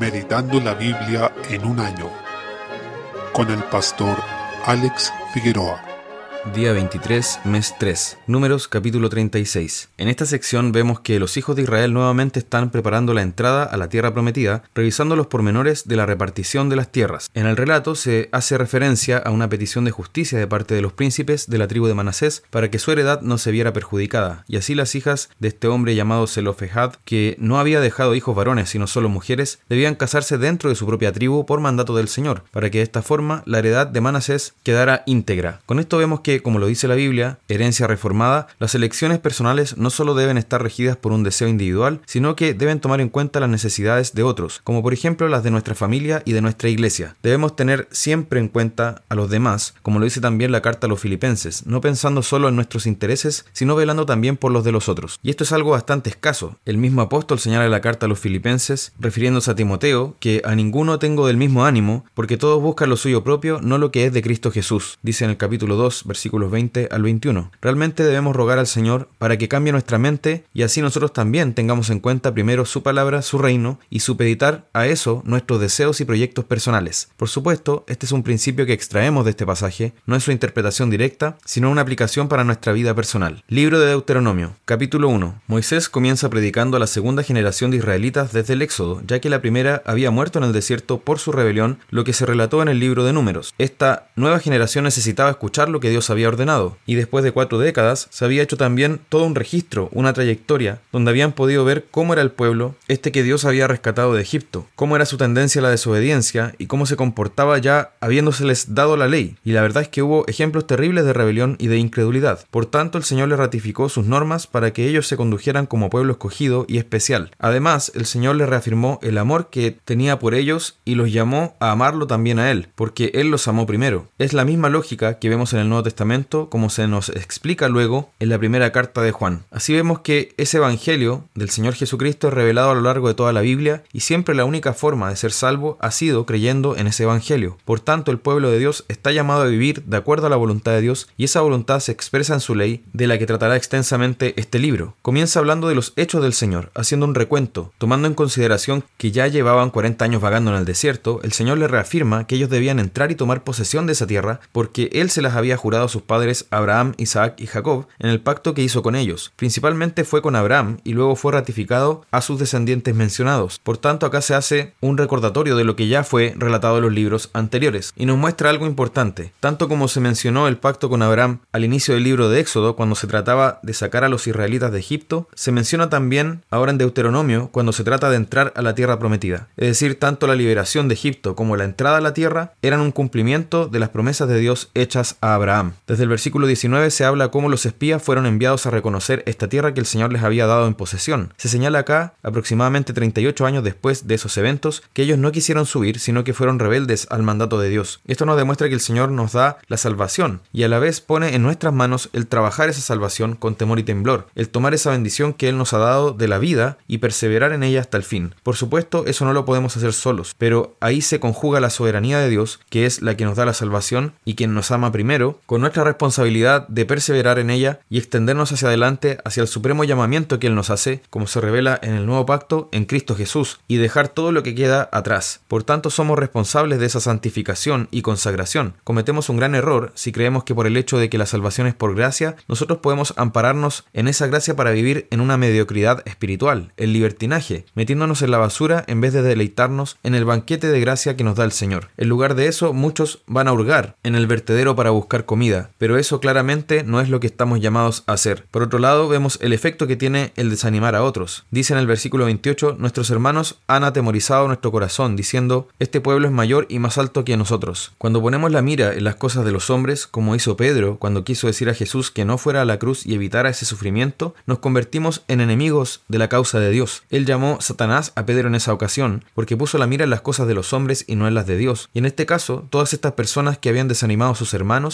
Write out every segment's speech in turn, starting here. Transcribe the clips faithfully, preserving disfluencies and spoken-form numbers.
Meditando la Biblia en un año, con el pastor Alex Figueroa. Día veintitrés, mes tres, Números capítulo treinta y seis. En esta sección vemos que los hijos de Israel nuevamente están preparando la entrada a la tierra prometida, revisando los pormenores de la repartición de las tierras. En el relato se hace referencia a una petición de justicia de parte de los príncipes de la tribu de Manasés para que su heredad no se viera perjudicada, y así las hijas de este hombre llamado Zelofehad, que no había dejado hijos varones sino solo mujeres, debían casarse dentro de su propia tribu por mandato del Señor, para que de esta forma la heredad de Manasés quedara íntegra. Con esto vemos que, como lo dice la Biblia, herencia reformada, las elecciones personales no solo deben estar regidas por un deseo individual, sino que deben tomar en cuenta las necesidades de otros, como por ejemplo las de nuestra familia y de nuestra iglesia. Debemos tener siempre en cuenta a los demás, como lo dice también la carta a los filipenses, no pensando solo en nuestros intereses, sino velando también por los de los otros. Y esto es algo bastante escaso. El mismo apóstol señala en la carta a los filipenses, refiriéndose a Timoteo, que a ninguno tengo del mismo ánimo, porque todos buscan lo suyo propio, no lo que es de Cristo Jesús. Dice en el capítulo dos, versículos veinte al veintiuno. Realmente debemos rogar al Señor para que cambie nuestra mente y así nosotros también tengamos en cuenta primero su palabra, su reino y supeditar a eso nuestros deseos y proyectos personales. Por supuesto, este es un principio que extraemos de este pasaje, no es su interpretación directa, sino una aplicación para nuestra vida personal. Libro de Deuteronomio, capítulo uno. Moisés comienza predicando a la segunda generación de israelitas desde el Éxodo, ya que la primera había muerto en el desierto por su rebelión, lo que se relató en el libro de Números. Esta nueva generación necesitaba escuchar lo que Dios había ordenado. Y después de cuatro décadas se había hecho también todo un registro, una trayectoria, donde habían podido ver cómo era el pueblo, este que Dios había rescatado de Egipto, cómo era su tendencia a la desobediencia y cómo se comportaba ya habiéndoseles dado la ley. Y la verdad es que hubo ejemplos terribles de rebelión y de incredulidad. Por tanto, el Señor les ratificó sus normas para que ellos se condujeran como pueblo escogido y especial. Además, el Señor les reafirmó el amor que tenía por ellos y los llamó a amarlo también a Él, porque Él los amó primero. Es la misma lógica que vemos en el Nuevo Testamento, como se nos explica luego en la primera carta de Juan. Así vemos que ese evangelio del Señor Jesucristo es revelado a lo largo de toda la Biblia y siempre la única forma de ser salvo ha sido creyendo en ese evangelio. Por tanto, el pueblo de Dios está llamado a vivir de acuerdo a la voluntad de Dios y esa voluntad se expresa en su ley, de la que tratará extensamente este libro. Comienza hablando de los hechos del Señor, haciendo un recuento, tomando en consideración que ya llevaban cuarenta años vagando en el desierto. El Señor les reafirma que ellos debían entrar y tomar posesión de esa tierra porque Él se las había jurado a sus padres Abraham, Isaac y Jacob en el pacto que hizo con ellos. Principalmente fue con Abraham y luego fue ratificado a sus descendientes mencionados. Por tanto, acá se hace un recordatorio de lo que ya fue relatado en los libros anteriores y nos muestra algo importante. Tanto como se mencionó el pacto con Abraham al inicio del libro de Éxodo cuando se trataba de sacar a los israelitas de Egipto, se menciona también ahora en Deuteronomio cuando se trata de entrar a la tierra prometida. Es decir, tanto la liberación de Egipto como la entrada a la tierra eran un cumplimiento de las promesas de Dios hechas a Abraham. Desde el versículo diecinueve se habla cómo los espías fueron enviados a reconocer esta tierra que el Señor les había dado en posesión. Se señala acá, aproximadamente treinta y ocho años después de esos eventos, que ellos no quisieron subir, sino que fueron rebeldes al mandato de Dios. Esto nos demuestra que el Señor nos da la salvación y a la vez pone en nuestras manos el trabajar esa salvación con temor y temblor, el tomar esa bendición que Él nos ha dado de la vida y perseverar en ella hasta el fin. Por supuesto, eso no lo podemos hacer solos, pero ahí se conjuga la soberanía de Dios, que es la que nos da la salvación y quien nos ama primero, con nuestra responsabilidad de perseverar en ella y extendernos hacia adelante hacia el supremo llamamiento que Él nos hace, como se revela en el nuevo pacto en Cristo Jesús, y dejar todo lo que queda atrás. Por tanto, somos responsables de esa santificación y consagración. Cometemos un gran error si creemos que por el hecho de que la salvación es por gracia, nosotros podemos ampararnos en esa gracia para vivir en una mediocridad espiritual, el libertinaje, metiéndonos en la basura en vez de deleitarnos en el banquete de gracia que nos da el Señor. En lugar de eso, muchos van a hurgar en el vertedero para buscar comida, pero eso claramente no es lo que estamos llamados a hacer. Por otro lado, vemos el efecto que tiene el desanimar a otros. Dice en el versículo veintiocho, nuestros hermanos han atemorizado nuestro corazón, diciendo, este pueblo es mayor y más alto que nosotros. Cuando ponemos la mira en las cosas de los hombres, como hizo Pedro cuando quiso decir a Jesús que no fuera a la cruz y evitara ese sufrimiento, nos convertimos en enemigos de la causa de Dios. Él llamó Satanás a Pedro en esa ocasión, porque puso la mira en las cosas de los hombres y no en las de Dios. Y en este caso, todas estas personas que habían desanimado a sus hermanos incurrieron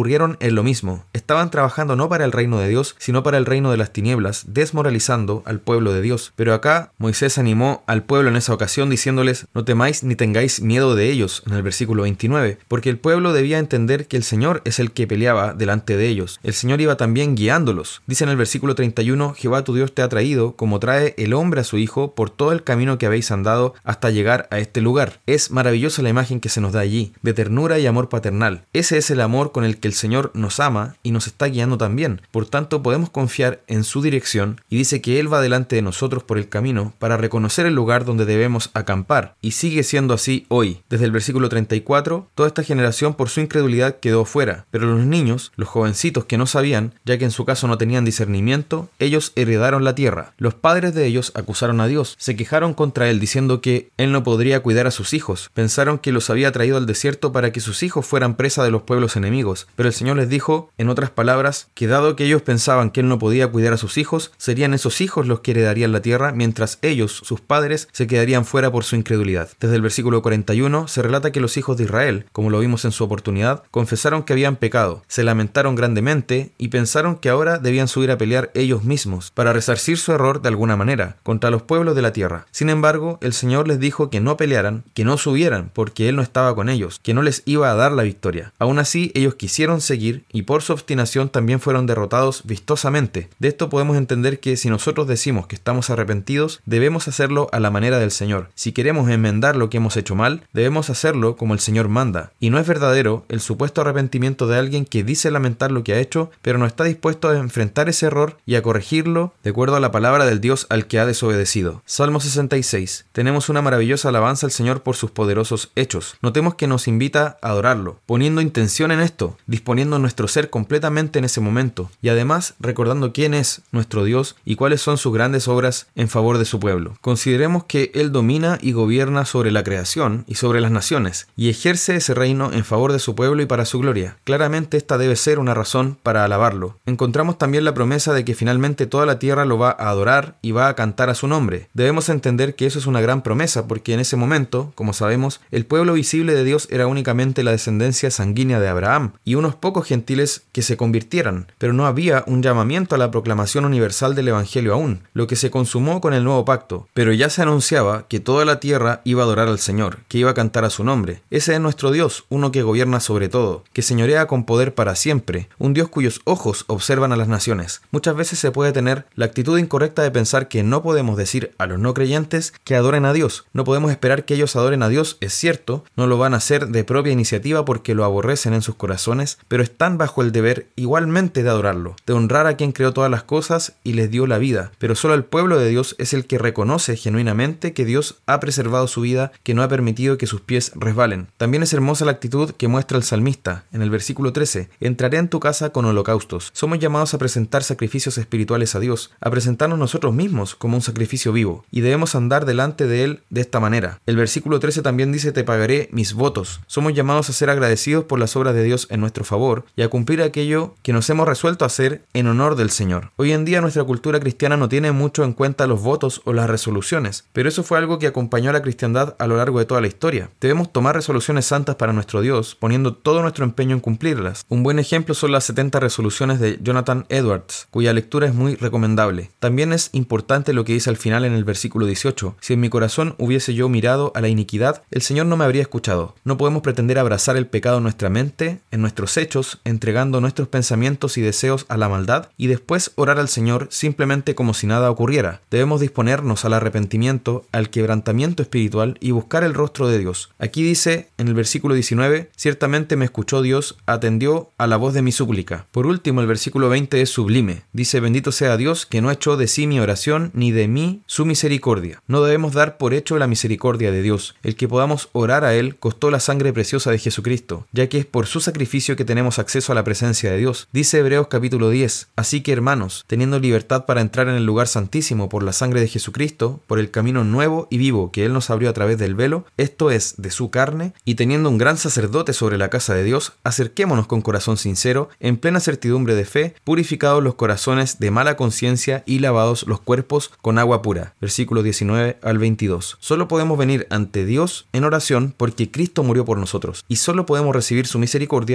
incurrieron en lo mismo. Estaban trabajando no para el reino de Dios, sino para el reino de las tinieblas, desmoralizando al pueblo de Dios. Pero acá Moisés animó al pueblo en esa ocasión diciéndoles: no temáis ni tengáis miedo de ellos, en el versículo veintinueve, porque el pueblo debía entender que el Señor es el que peleaba delante de ellos. El Señor iba también guiándolos. Dice en el versículo treinta y uno: Jehová tu Dios te ha traído, como trae el hombre a su hijo, por todo el camino que habéis andado hasta llegar a este lugar. Es maravillosa la imagen que se nos da allí, de ternura y amor paternal. Ese es el amor con el que el Señor nos ama y nos está guiando también. Por tanto, podemos confiar en su dirección, y dice que Él va delante de nosotros por el camino para reconocer el lugar donde debemos acampar, y sigue siendo así hoy. Desde el versículo treinta y cuatro, toda esta generación por su incredulidad quedó fuera, pero los niños, los jovencitos que no sabían, ya que en su caso no tenían discernimiento, ellos heredaron la tierra. Los padres de ellos acusaron a Dios, se quejaron contra Él diciendo que Él no podría cuidar a sus hijos. Pensaron que los había traído al desierto para que sus hijos fueran presa de los pueblos enemigos, pero el Señor les dijo, en otras palabras, que dado que ellos pensaban que Él no podía cuidar a sus hijos, serían esos hijos los que heredarían la tierra, mientras ellos, sus padres, se quedarían fuera por su incredulidad. Desde el versículo cuarenta y uno se relata que los hijos de Israel, como lo vimos en su oportunidad, confesaron que habían pecado, se lamentaron grandemente y pensaron que ahora debían subir a pelear ellos mismos para resarcir su error de alguna manera contra los pueblos de la tierra. Sin embargo, el Señor les dijo que no pelearan, que no subieran, porque Él no estaba con ellos, que no les iba a dar la victoria. Aún así, ellos quisieron seguir y por su obstinación también fueron derrotados vistosamente. De esto podemos entender que si nosotros decimos que estamos arrepentidos, debemos hacerlo a la manera del Señor. Si queremos enmendar lo que hemos hecho mal, debemos hacerlo como el Señor manda. Y no es verdadero el supuesto arrepentimiento de alguien que dice lamentar lo que ha hecho, pero no está dispuesto a enfrentar ese error y a corregirlo de acuerdo a la palabra del Dios al que ha desobedecido. Salmo sesenta y seis. Tenemos una maravillosa alabanza al Señor por sus poderosos hechos. Notemos que nos invita a adorarlo, poniendo intención en esto, disponiendo nuestro ser completamente en ese momento, y además recordando quién es nuestro Dios y cuáles son sus grandes obras en favor de su pueblo. Consideremos que Él domina y gobierna sobre la creación y sobre las naciones, y ejerce ese reino en favor de su pueblo y para su gloria. Claramente esta debe ser una razón para alabarlo. Encontramos también la promesa de que finalmente toda la tierra lo va a adorar y va a cantar a su nombre. Debemos entender que eso es una gran promesa, porque en ese momento, como sabemos, el pueblo visible de Dios era únicamente la descendencia sanguínea de Abraham y unos pocos gentiles que se convirtieran, pero no había un llamamiento a la proclamación universal del Evangelio aún, lo que se consumó con el nuevo pacto, pero ya se anunciaba que toda la tierra iba a adorar al Señor, que iba a cantar a su nombre. Ese es nuestro Dios, uno que gobierna sobre todo, que señorea con poder para siempre, un Dios cuyos ojos observan a las naciones. Muchas veces se puede tener la actitud incorrecta de pensar que no podemos decir a los no creyentes que adoren a Dios, no podemos esperar que ellos adoren a Dios, es cierto, no lo van a hacer de propia iniciativa porque lo aborrecen en sus corazones, pero están bajo el deber igualmente de adorarlo, de honrar a quien creó todas las cosas y les dio la vida, pero solo el pueblo de Dios es el que reconoce genuinamente que Dios ha preservado su vida, que no ha permitido que sus pies resbalen. También es hermosa la actitud que muestra el salmista en el versículo trece: entraré en tu casa con holocaustos. Somos llamados a presentar sacrificios espirituales a Dios, a presentarnos nosotros mismos como un sacrificio vivo, y debemos andar delante de Él de esta manera. El versículo trece también dice: te pagaré mis votos. Somos llamados a ser agradecidos por las obras de Dios en nuestro favor y a cumplir aquello que nos hemos resuelto a hacer en honor del Señor. Hoy en día nuestra cultura cristiana no tiene mucho en cuenta los votos o las resoluciones, pero eso fue algo que acompañó a la cristiandad a lo largo de toda la historia. Debemos tomar resoluciones santas para nuestro Dios, poniendo todo nuestro empeño en cumplirlas. Un buen ejemplo son las setenta resoluciones de Jonathan Edwards, cuya lectura es muy recomendable. También es importante lo que dice al final en el versículo dieciocho: si en mi corazón hubiese yo mirado a la iniquidad, el Señor no me habría escuchado. No podemos pretender abrazar el pecado en nuestra mente, en nuestros hechos, entregando nuestros pensamientos y deseos a la maldad, y después orar al Señor simplemente como si nada ocurriera. Debemos disponernos al arrepentimiento, al quebrantamiento espiritual y buscar el rostro de Dios. Aquí dice en el versículo diecinueve: ciertamente me escuchó Dios, atendió a la voz de mi súplica. Por último, el versículo veinte es sublime. Dice: bendito sea Dios que no echó de sí mi oración, ni de mí su misericordia. No debemos dar por hecho la misericordia de Dios. El que podamos orar a Él costó la sangre preciosa de Jesucristo, ya que es por su sacrificio que tenemos acceso a la presencia de Dios. Dice Hebreos capítulo diez: así que hermanos, teniendo libertad para entrar en el lugar santísimo por la sangre de Jesucristo, por el camino nuevo y vivo que Él nos abrió a través del velo, esto es, de su carne, y teniendo un gran sacerdote sobre la casa de Dios, acerquémonos con corazón sincero, en plena certidumbre de fe, purificados los corazones de mala conciencia y lavados los cuerpos con agua pura. Versículos diecinueve al veintidós. Solo podemos venir ante Dios en oración porque Cristo murió por nosotros, y solo podemos recibir su misericordia porque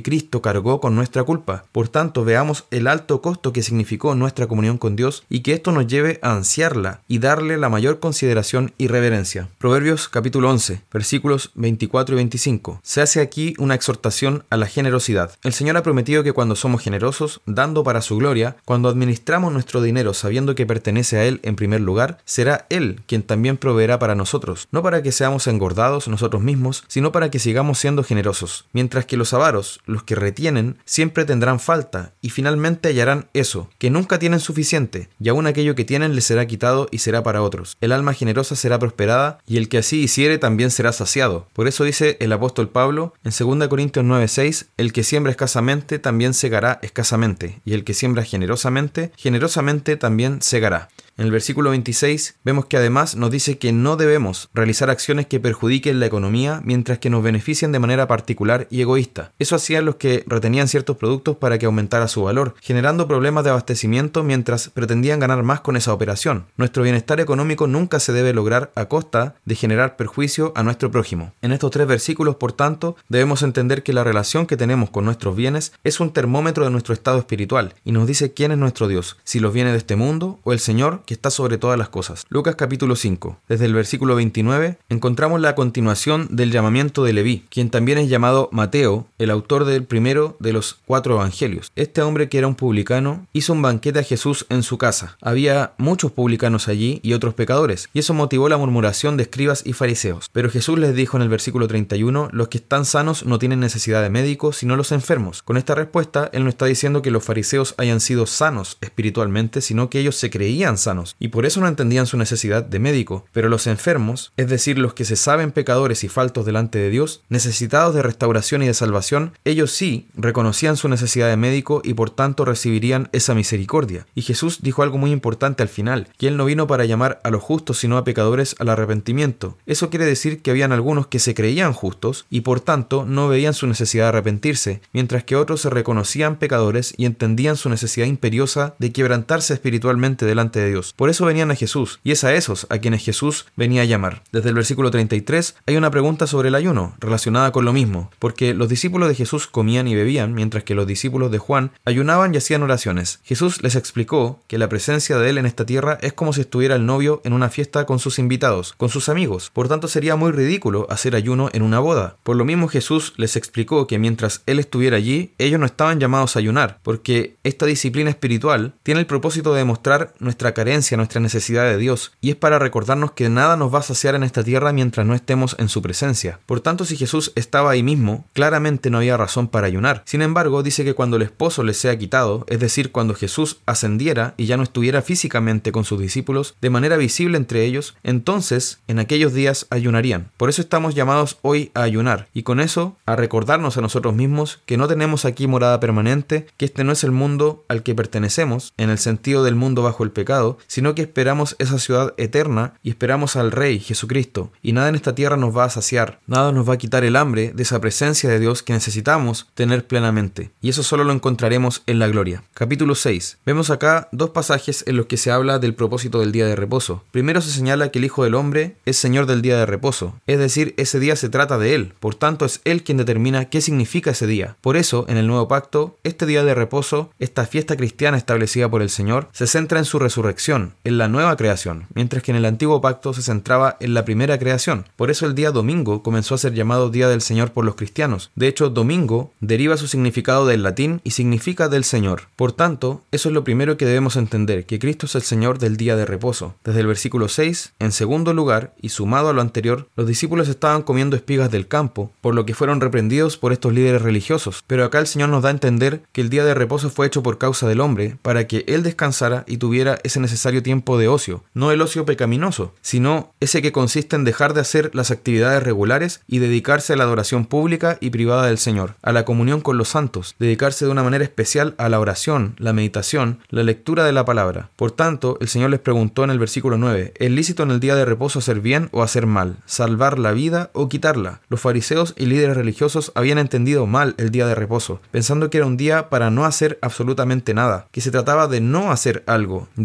porque Cristo cargó con nuestra culpa. Por tanto, veamos el alto costo que significó nuestra comunión con Dios y que esto nos lleve a ansiarla y darle la mayor consideración y reverencia. Proverbios capítulo once, versículos veinticuatro y veinticinco. Se hace aquí una exhortación a la generosidad. El Señor ha prometido que cuando somos generosos, dando para su gloria, cuando administramos nuestro dinero sabiendo que pertenece a Él en primer lugar, será Él quien también proveerá para nosotros, no para que seamos engordados nosotros mismos, sino para que sigamos siendo generosos. Mientras que los avaros, los que retienen, siempre tendrán falta y finalmente hallarán eso, que nunca tienen suficiente, y aún aquello que tienen les será quitado y será para otros. El alma generosa será prosperada y el que así hiciere también será saciado. Por eso dice el apóstol Pablo en segunda Corintios nueve seis, el que siembra escasamente también segará escasamente, y el que siembra generosamente, generosamente también segará. En el versículo veintiséis vemos que además nos dice que no debemos realizar acciones que perjudiquen la economía mientras que nos beneficien de manera particular y egoísta. Eso hacían los que retenían ciertos productos para que aumentara su valor, generando problemas de abastecimiento mientras pretendían ganar más con esa operación. Nuestro bienestar económico nunca se debe lograr a costa de generar perjuicio a nuestro prójimo. En estos tres versículos, por tanto, debemos entender que la relación que tenemos con nuestros bienes es un termómetro de nuestro estado espiritual y nos dice quién es nuestro Dios, si los bienes de este mundo o el Señor que está sobre todas las cosas. Lucas capítulo cinco. Desde el versículo veintinueve encontramos la continuación del llamamiento de Leví, quien también es llamado Mateo, el autor del primero de los cuatro evangelios. Este hombre, que era un publicano, hizo un banquete a Jesús en su casa. Había muchos publicanos allí y otros pecadores, y eso motivó la murmuración de escribas y fariseos. Pero Jesús les dijo en el versículo treinta y uno, los que están sanos no tienen necesidad de médicos, sino los enfermos. Con esta respuesta, él no está diciendo que los fariseos hayan sido sanos espiritualmente, sino que ellos se creían sanos y por eso no entendían su necesidad de médico. Pero los enfermos, es decir, los que se saben pecadores y faltos delante de Dios, necesitados de restauración y de salvación, ellos sí reconocían su necesidad de médico y por tanto recibirían esa misericordia. Y Jesús dijo algo muy importante al final, que Él no vino para llamar a los justos sino a pecadores al arrepentimiento. Eso quiere decir que habían algunos que se creían justos y por tanto no veían su necesidad de arrepentirse, mientras que otros se reconocían pecadores y entendían su necesidad imperiosa de quebrantarse espiritualmente delante de Dios. Por eso venían a Jesús, y es a esos a quienes Jesús venía a llamar. Desde el versículo treinta y tres hay una pregunta sobre el ayuno, relacionada con lo mismo, porque los discípulos de Jesús comían y bebían, mientras que los discípulos de Juan ayunaban y hacían oraciones. Jesús les explicó que la presencia de él en esta tierra es como si estuviera el novio en una fiesta con sus invitados, con sus amigos. Por tanto, sería muy ridículo hacer ayuno en una boda. Por lo mismo, Jesús les explicó que mientras él estuviera allí, ellos no estaban llamados a ayunar, porque esta disciplina espiritual tiene el propósito de demostrar nuestra carencia, nuestra necesidad de Dios, y es para recordarnos que nada nos va a saciar en esta tierra mientras no estemos en su presencia. Por tanto, si Jesús estaba ahí mismo, claramente no había razón para ayunar. Sin embargo, dice que cuando el esposo les sea quitado, es decir, cuando Jesús ascendiera y ya no estuviera físicamente con sus discípulos, de manera visible entre ellos, entonces en aquellos días ayunarían. Por eso estamos llamados hoy a ayunar, y con eso a recordarnos a nosotros mismos que no tenemos aquí morada permanente, que este no es el mundo al que pertenecemos, en el sentido del mundo bajo el pecado, sino que esperamos esa ciudad eterna y esperamos al Rey Jesucristo, y nada en esta tierra nos va a saciar, nada nos va a quitar el hambre de esa presencia de Dios que necesitamos tener plenamente, y eso solo lo encontraremos en la gloria. Capítulo seis. Vemos acá dos pasajes en los que se habla del propósito del día de reposo. Primero se señala que el Hijo del Hombre es Señor del día de reposo, es decir, ese día se trata de Él, por tanto es Él quien determina qué significa ese día. Por eso, en el Nuevo Pacto, este día de reposo, esta fiesta cristiana establecida por el Señor, se centra en su resurrección, en la nueva creación, mientras que en el Antiguo Pacto se centraba en la primera creación. Por eso el día domingo comenzó a ser llamado Día del Señor por los cristianos. De hecho, domingo deriva su significado del latín y significa del Señor. Por tanto, eso es lo primero que debemos entender, que Cristo es el Señor del día de reposo. Desde el versículo seis, en segundo lugar, y sumado a lo anterior, los discípulos estaban comiendo espigas del campo, por lo que fueron reprendidos por estos líderes religiosos. Pero acá el Señor nos da a entender que el día de reposo fue hecho por causa del hombre, para que él descansara y tuviera ese necesario tiempo de ocio, no el ocio pecaminoso, sino ese que consiste en dejar de hacer las actividades regulares y dedicarse a la adoración pública y privada del Señor, a la comunión con los santos, dedicarse de una manera especial a la oración, la meditación, la lectura de la palabra. Por tanto, el Señor les preguntó en el versículo nueve, ¿es lícito en el día de reposo hacer bien o hacer mal, salvar la vida o quitarla? Los fariseos y líderes religiosos habían entendido mal el día de reposo, pensando que era un día para no hacer absolutamente nada, que se trataba de no hacer algo, de simplemente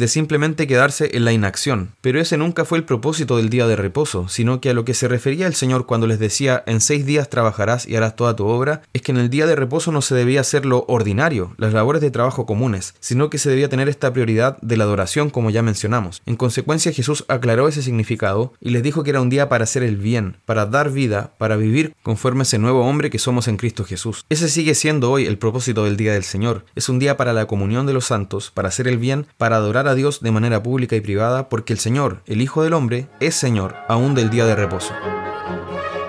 simplemente quedarse en la inacción. Pero ese nunca fue el propósito del día de reposo, sino que a lo que se refería el Señor cuando les decía en seis días trabajarás y harás toda tu obra, es que en el día de reposo no se debía hacer lo ordinario, las labores de trabajo comunes, sino que se debía tener esta prioridad de la adoración, como ya mencionamos. En consecuencia, Jesús aclaró ese significado y les dijo que era un día para hacer el bien, para dar vida, para vivir conforme a ese nuevo hombre que somos en Cristo Jesús. Ese sigue siendo hoy el propósito del día del Señor. Es un día para la comunión de los santos, para hacer el bien, para adorar a Dios de manera pública y privada, porque el Señor, el Hijo del Hombre, es Señor aún del día de reposo.